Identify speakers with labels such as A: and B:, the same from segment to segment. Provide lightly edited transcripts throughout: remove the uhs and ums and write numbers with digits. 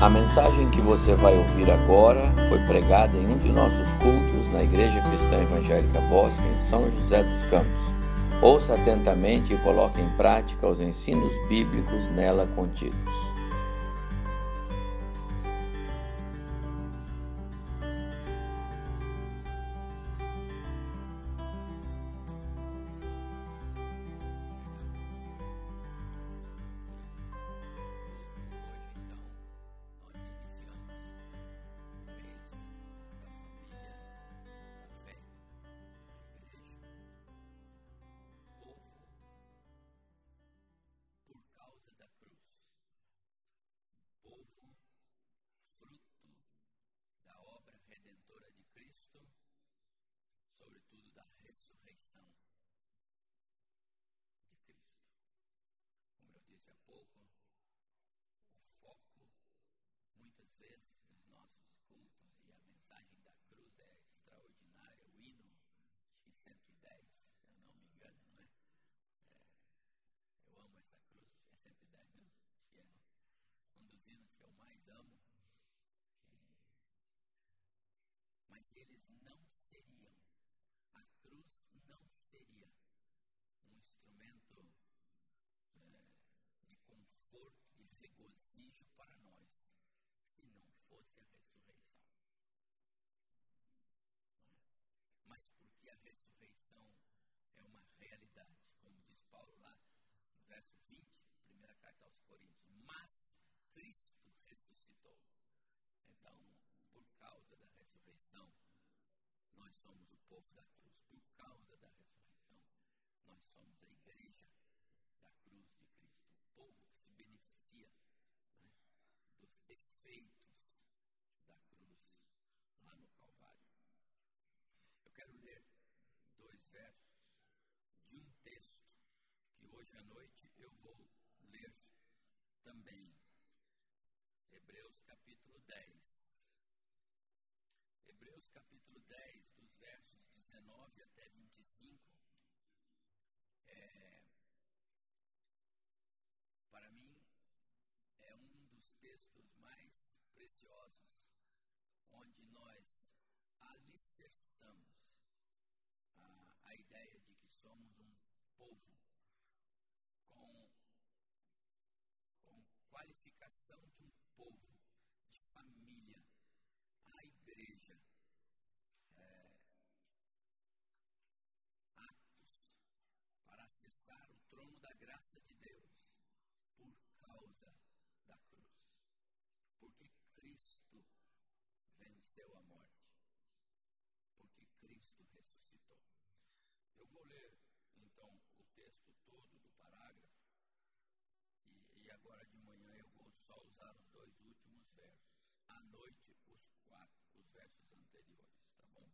A: A mensagem que você vai ouvir agora foi pregada em um de nossos cultos na Igreja Cristã Evangélica Bosque, em São José dos Campos. Ouça atentamente e coloque em prática os ensinos bíblicos nela contidos.
B: Redentora de Cristo, sobretudo da ressurreição de Cristo. Como eu disse há pouco, o foco, muitas vezes, dos nossos cultos e a mensagem da cruz é extraordinária. O hino, acho que 110, se eu não me engano, não é? Eu amo essa cruz, é 110 mesmo? Acho que é um dos hinos que eu mais amo. Mas eles não seriam, a cruz não seria um instrumento de conforto, de regozijo para nós, se não fosse a ressurreição. Mas porque a ressurreição é uma realidade, como diz Paulo lá no verso 20, primeira carta aos Coríntios, mas Cristo ressuscitou. Então, por causa da ressurreição, nós somos o povo da cruz. Por causa da ressurreição, nós somos a igreja da cruz de Cristo. O povo que se beneficia, né, dos efeitos da cruz lá no Calvário. Eu quero ler 2 versos de um texto que hoje à noite eu vou ler também. Hebreus capítulo 10. Hebreus capítulo 10, dos versos 19 até 25, para mim, é um dos textos mais preciosos, onde nós alicerçamos a ideia de que somos um povo com qualificação de um povo, de família, a igreja, aptos para acessar o trono da graça de Deus por causa da cruz. Porque Cristo venceu a morte. Porque Cristo ressuscitou. Eu vou ler, então, o texto todo do parágrafo. E agora de manhã eu vou só usar os 2 últimos versos. À noite, os versos anteriores, tá bom?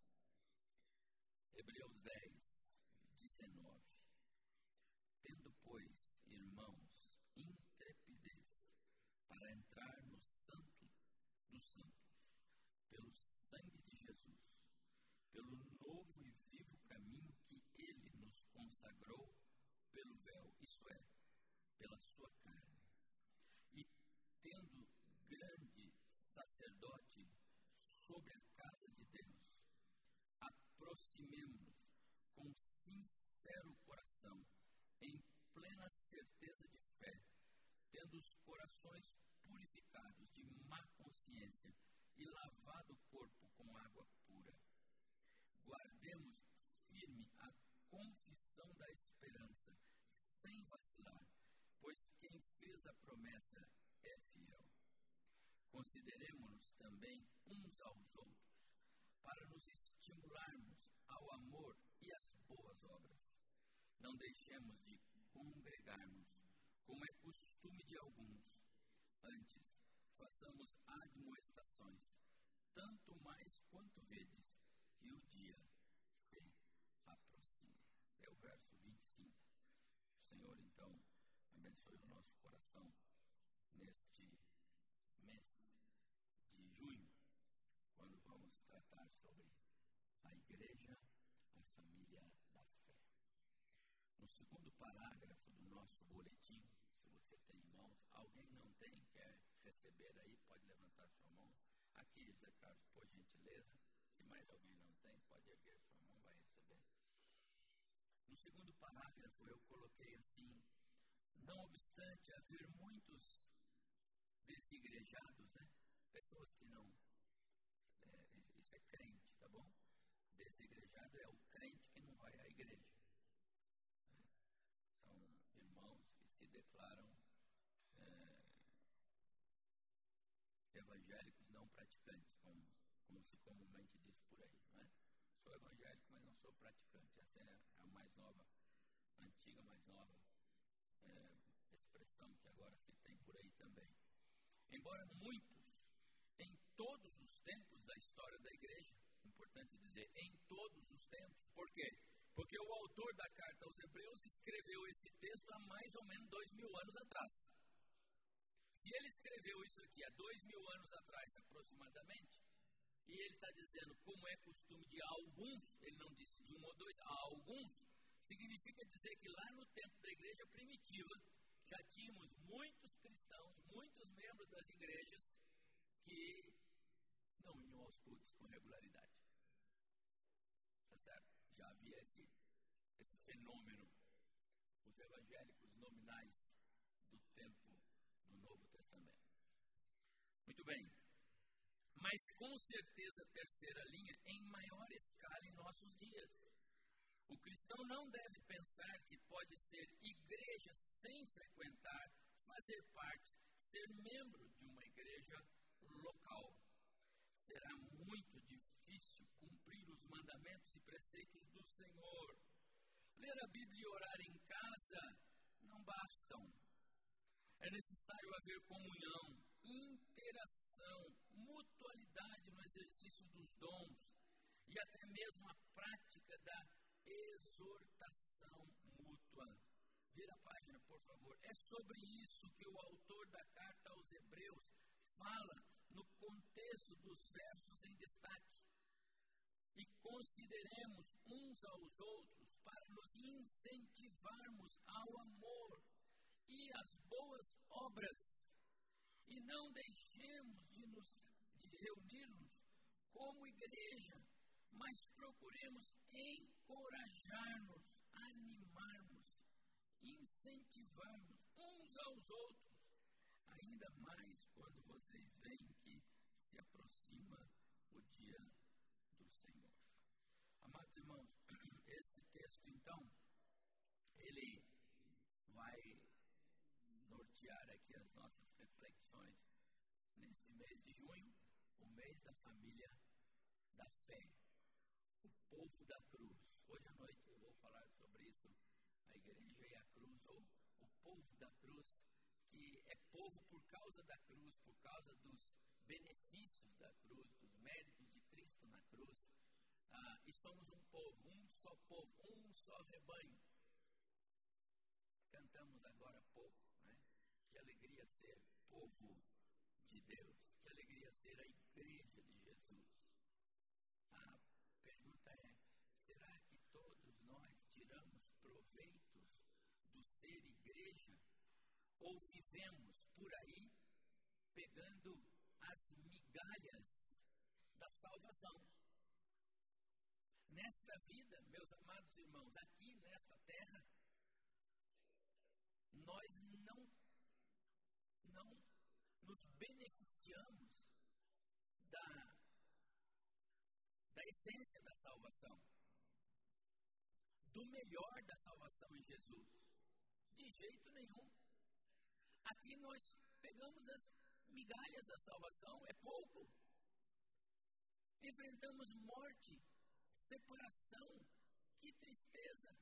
B: Hebreus 10, 19. Tendo, pois, irmãos, intrepidez para entrar no Santo dos Santos, pelo sangue de Jesus, pelo novo e vivo caminho que Ele nos consagrou pelo véu, isto é, pela sua carne. E tendo grande sacerdote sobre a casa de Deus, aproximemo-nos com sincero coração, em plena certeza de fé, tendo os corações purificados de má consciência e lavado o corpo com água pura. Guardemos firme a confissão da esperança, sem vacilar, pois quem fez a promessa é fiel. Consideremo-nos também uns aos outros, para nos estimularmos ao amor e às boas obras. Não deixemos de congregar-nos, como é costume de alguns. Antes, façamos admoestações, tanto mais quanto vedes que o dia se aproxima. É o verso 25. O Senhor, então, abençoe o nosso coração neste mês de junho, quando vamos tratar sobre a igreja, a família da fé. No segundo parágrafo do nosso boletim, se você tem em mãos, alguém não tem, quer
A: receber aí, pode levantar sua mão. Aqui, José Carlos, por gentileza. Se mais alguém não tem, pode erguer sua mão, vai receber. No segundo parágrafo eu coloquei assim: não obstante haver muitos desigrejados, né? Pessoas que não... isso é crente, tá bom? Desigrejado é o crente que não vai à igreja. São irmãos que se declaram evangélicos não praticantes, como se comumente diz por aí, não é? Sou evangélico, mas não sou praticante. Essa é a mais nova, antiga, mais nova expressão que agora se tem por aí também. Embora muitos, em todos os tempos da história da igreja, importante dizer, em todos os tempos, por quê? Porque o autor da carta aos Hebreus escreveu esse texto há mais ou menos 2000 anos atrás. Se ele escreveu isso aqui há 2000 anos atrás, aproximadamente, e ele está dizendo como é costume de alguns, ele não disse de um ou dois, a alguns, significa dizer que lá no tempo da igreja primitiva, já tínhamos muitos cristãos, muitos membros das igrejas que não iam aos cultos com regularidade. Tá certo? Já havia esse fenômeno, os evangélicos nominais do tempo do Novo Testamento. Muito bem. Mas com certeza a terceira linha em maior escala em nossos dias. O cristão não deve pensar que pode ser igreja sem frequentar, fazer parte, ser membro de uma igreja local. Será muito difícil cumprir os mandamentos e preceitos do Senhor. Ler a Bíblia e orar em casa não bastam. É necessário haver comunhão, interação, mutualidade no exercício dos dons e até mesmo a prática da exortação mútua. Vira a página, por favor. É sobre isso que o autor da carta aos Hebreus fala no contexto dos versos em destaque. E consideremos uns aos outros para nos incentivarmos ao amor e às boas obras. E não deixemos de reunir-nos como igreja, mas procuremos encorajar-nos, animarmos, incentivarmos uns aos outros, ainda mais quando vocês veem que se aproxima o dia do Senhor. Amados irmãos, esse texto então, ele vai nortear aqui as nossas reflexões nesse mês de junho, o mês da família da fé, o povo da cruz. Hoje à noite eu vou falar sobre isso, a igreja e a cruz, ou o povo da cruz, que é povo por causa da cruz, por causa dos benefícios da cruz, dos méritos de Cristo na cruz. E somos um povo, um só rebanho. Cantamos agora há pouco, né? Que alegria ser povo de Deus, que alegria ser a igreja de Jesus. A pergunta é: será que todos nós tiramos proveitos do ser igreja? Ou vivemos por aí pegando as migalhas da salvação? Nesta vida, meus amados irmãos, aqui nesta terra, nós não nos beneficiamos da essência da salvação, do melhor da salvação em Jesus. De jeito nenhum. Aqui nós pegamos as migalhas da salvação, é pouco. Enfrentamos morte, separação, que tristeza.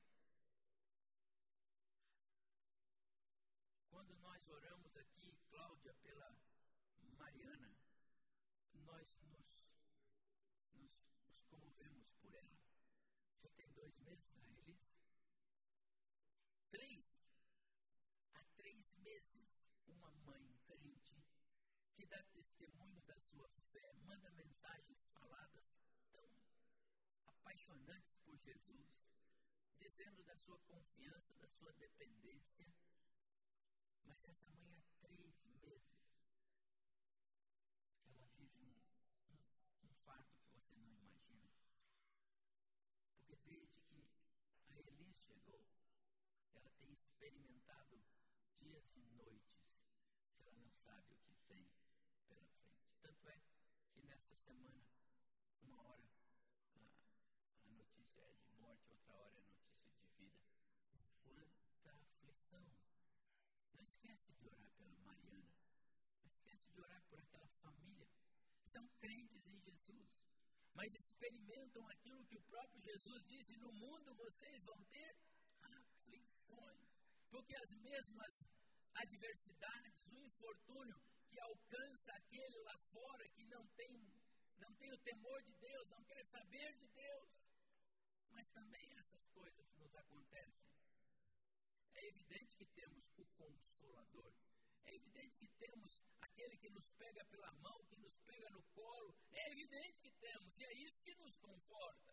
A: Quando nós oramos aqui, Cláudia, pela Mariana, nós nos comovemos por ela. Já tem 2 meses a Elis? 3. Há 3 meses, uma mãe crente que dá testemunho da sua fé, manda mensagens faladas tão apaixonantes por Jesus, dizendo da sua confiança, da sua dependência. Mas essa mãe há 3 meses
B: experimentado dias e noites que ela não sabe o que tem pela frente. Tanto é que nesta semana, uma hora a notícia é de morte, outra hora é notícia de vida. Quanta aflição! Não esquece de orar pela Mariana. Não esquece de orar por aquela família. São crentes em Jesus, mas experimentam aquilo que o próprio Jesus disse: no mundo vocês vão ter aflições, porque as mesmas adversidades, o infortúnio que alcança aquele lá fora que não tem o temor de Deus, não quer saber de Deus, mas também essas coisas nos acontecem. É evidente que temos o Consolador, é evidente que temos aquele que nos pega pela mão, que nos pega no colo, é evidente que temos, e é isso que nos conforta.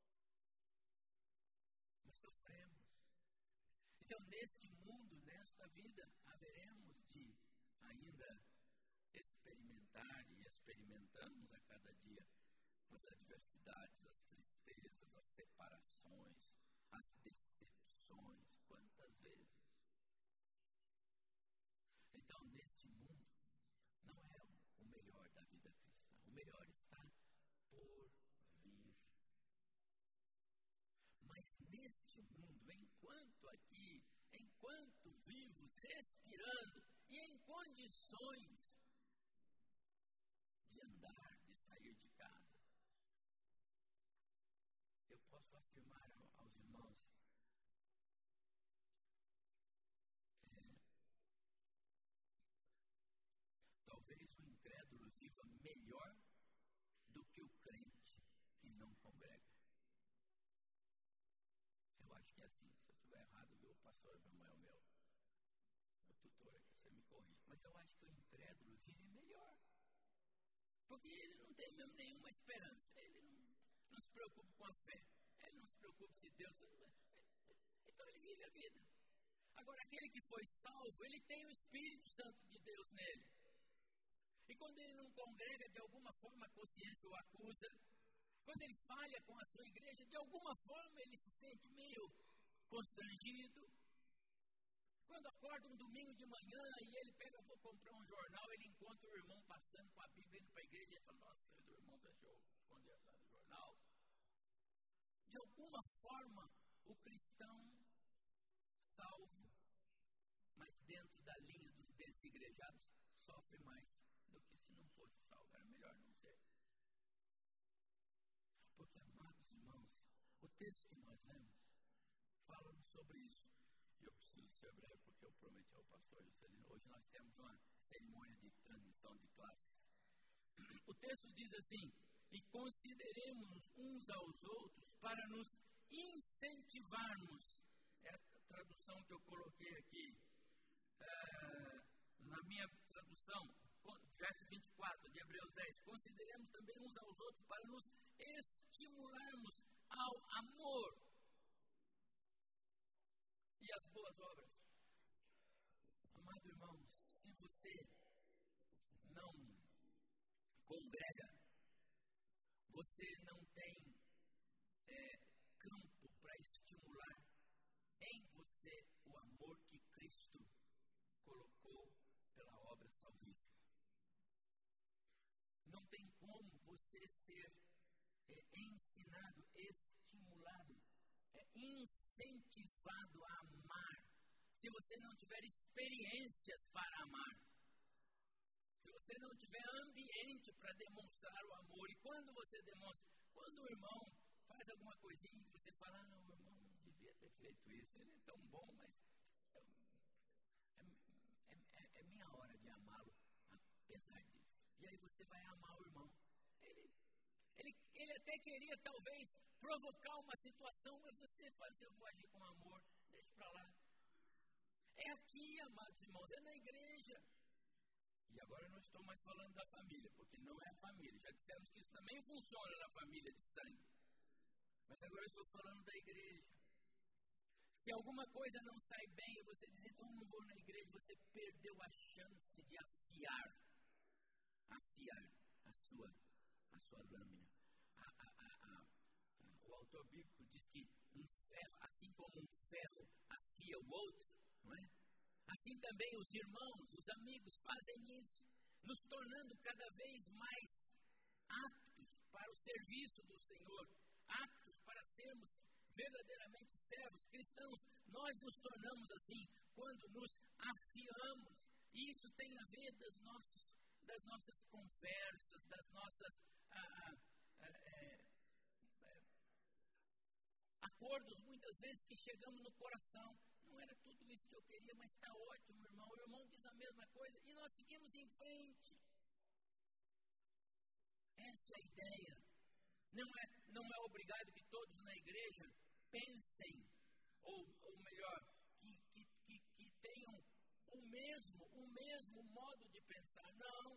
B: Mas sofremos. Então, neste mundo, nesta vida, haveremos de ainda experimentar, e experimentamos a cada dia, as adversidades, as tristezas, as separações, as decepções. Quantas vezes? Então, neste mundo, não é o melhor da vida cristã. O melhor está por vir. Mas neste mundo, enquanto vivos, respirando e em condições de andar, de sair de casa, eu posso afirmar aos irmãos, talvez o incrédulo viva melhor do que o crente que não congrega. Eu acho que é assim. Se eu estiver errado, o pastor é o meu tutor aqui, você me corrige. Mas eu acho que o incrédulo vive melhor. Porque ele não tem mesmo nenhuma esperança. Ele não se preocupa com a fé. Ele não se preocupa se Deus... Então ele vive a vida. Agora, aquele que foi salvo, ele tem o Espírito Santo de Deus nele. E quando ele não congrega, de alguma forma a consciência o acusa. Quando ele falha com a sua igreja, de alguma forma ele se sente meio constrangido. Quando acorda um domingo de manhã e ele vou comprar um jornal, ele encontra o irmão passando com a Bíblia indo para a igreja e ele fala: nossa, o irmão deixou esconder lá no jornal. De alguma forma, o cristão salvo, mas dentro da linha dos desigrejados, sofre mais do que se não fosse salvo. Era melhor não ser. Porque, amados irmãos, o texto que nós lemos fala sobre isso. E eu preciso ser breve porque eu prometi ao pastor Juscelino. Hoje nós temos uma cerimônia de transmissão de classes. O texto diz assim: e consideremos uns aos outros para nos incentivarmos. É a tradução que eu coloquei aqui. Na minha tradução, verso 24 de Hebreus 10, consideremos também uns aos outros para nos estimularmos ao amor e às boas obras. Amado irmão, se você não congrega, você não tem campo para estimular em você o amor que Cristo colocou pela obra salvífica. Não tem como você ser ensinado, estimulado, incentivado a amar, se você não tiver experiências para amar. Se você não tiver ambiente para demonstrar o amor. E quando você demonstra, quando o irmão faz alguma coisinha e você fala: o irmão não devia ter feito isso, ele é tão bom, mas é minha hora de amá-lo, apesar disso. E aí você vai amar o irmão. Ele até queria, talvez, provocar uma situação, mas você fala assim: eu vou agir com amor, deixa pra lá. É aqui, amados irmãos, é na igreja. E agora eu não estou mais falando da família, porque não é a família. Já dissemos que isso também funciona na família de sangue. Mas agora eu estou falando da igreja. Se alguma coisa não sai bem, você diz: então eu não vou na igreja, você perdeu a chance de afiar a sua lâmina. O autor bíblico diz que um ferro, assim como um ferro afia o outro, Assim também os irmãos, os amigos fazem isso, nos tornando cada vez mais aptos para o serviço do Senhor, aptos para sermos verdadeiramente servos cristãos. Nós nos tornamos assim quando nos afiamos. E isso tem a ver das nossas conversas, das nossas acordos, muitas vezes, que chegamos no coração. Não era tudo isso que eu queria, mas está ótimo, irmão. O irmão diz a mesma coisa e nós seguimos em frente. Essa é a ideia. Não é obrigado que todos na igreja pensem, ou melhor, que tenham o mesmo modo de pensar. Não.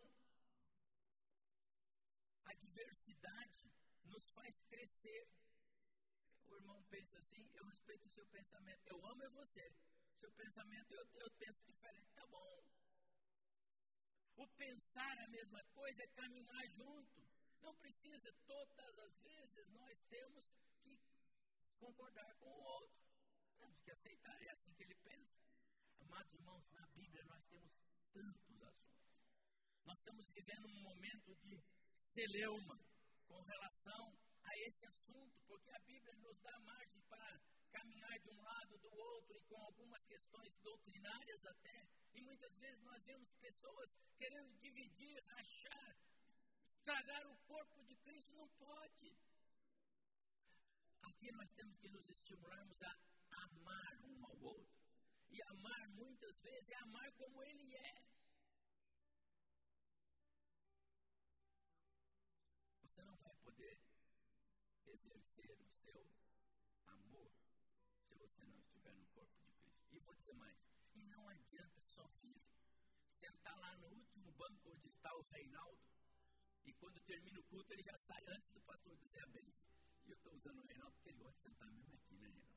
B: A diversidade nos faz crescer. O irmão pensa assim, eu respeito o seu pensamento, eu amo você. Seu pensamento, eu penso diferente, tá bom. O pensar a mesma coisa é caminhar junto. Não precisa, todas as vezes, nós temos que concordar com o outro. Temos que aceitar, é assim que ele pensa. Amados irmãos, na Bíblia nós temos tantos assuntos. Nós estamos vivendo um momento de celeuma com relação a esse assunto, porque a Bíblia nos dá margem para caminhar de um lado do outro e com algumas questões doutrinárias até. E muitas vezes nós vemos pessoas querendo dividir, rachar, estragar o corpo de Cristo. Não pode. Aqui nós temos que nos estimularmos a amar um ao outro. E amar muitas vezes é amar como Ele é. Você não vai poder exercer o seu amor se você não estiver no corpo de Cristo. E vou dizer mais, e não adianta só vir, sentar lá no último banco onde está o Reinaldo, e quando termina o culto ele já sai antes do pastor dizer a bênção. E eu estou usando o Reinaldo porque ele gosta de sentar mesmo aqui, né, Reinaldo?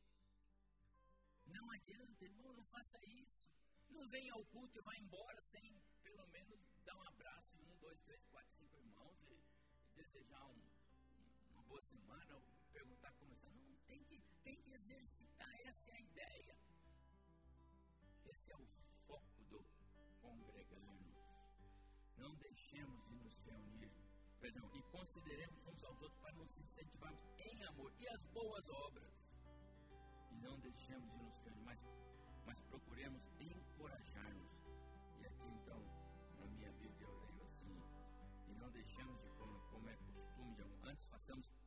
B: Não adianta, irmão, não faça isso. Não venha ao culto e vá embora sem pelo menos dar um abraço em 1, 2, 3, 4, 5 irmãos e desejar uma boa semana, ou perguntar como está. Não, tem que exercitar, essa é a ideia. Esse é o foco do congregar-nos. Não deixemos de nos reunir, e consideremos uns aos outros para nos incentivarmos em amor e as boas obras. E não deixemos de nos reunir, mas procuremos encorajar-nos. E aqui então, na minha Bíblia eu leio assim, e não deixemos de, como é costume, antes façamos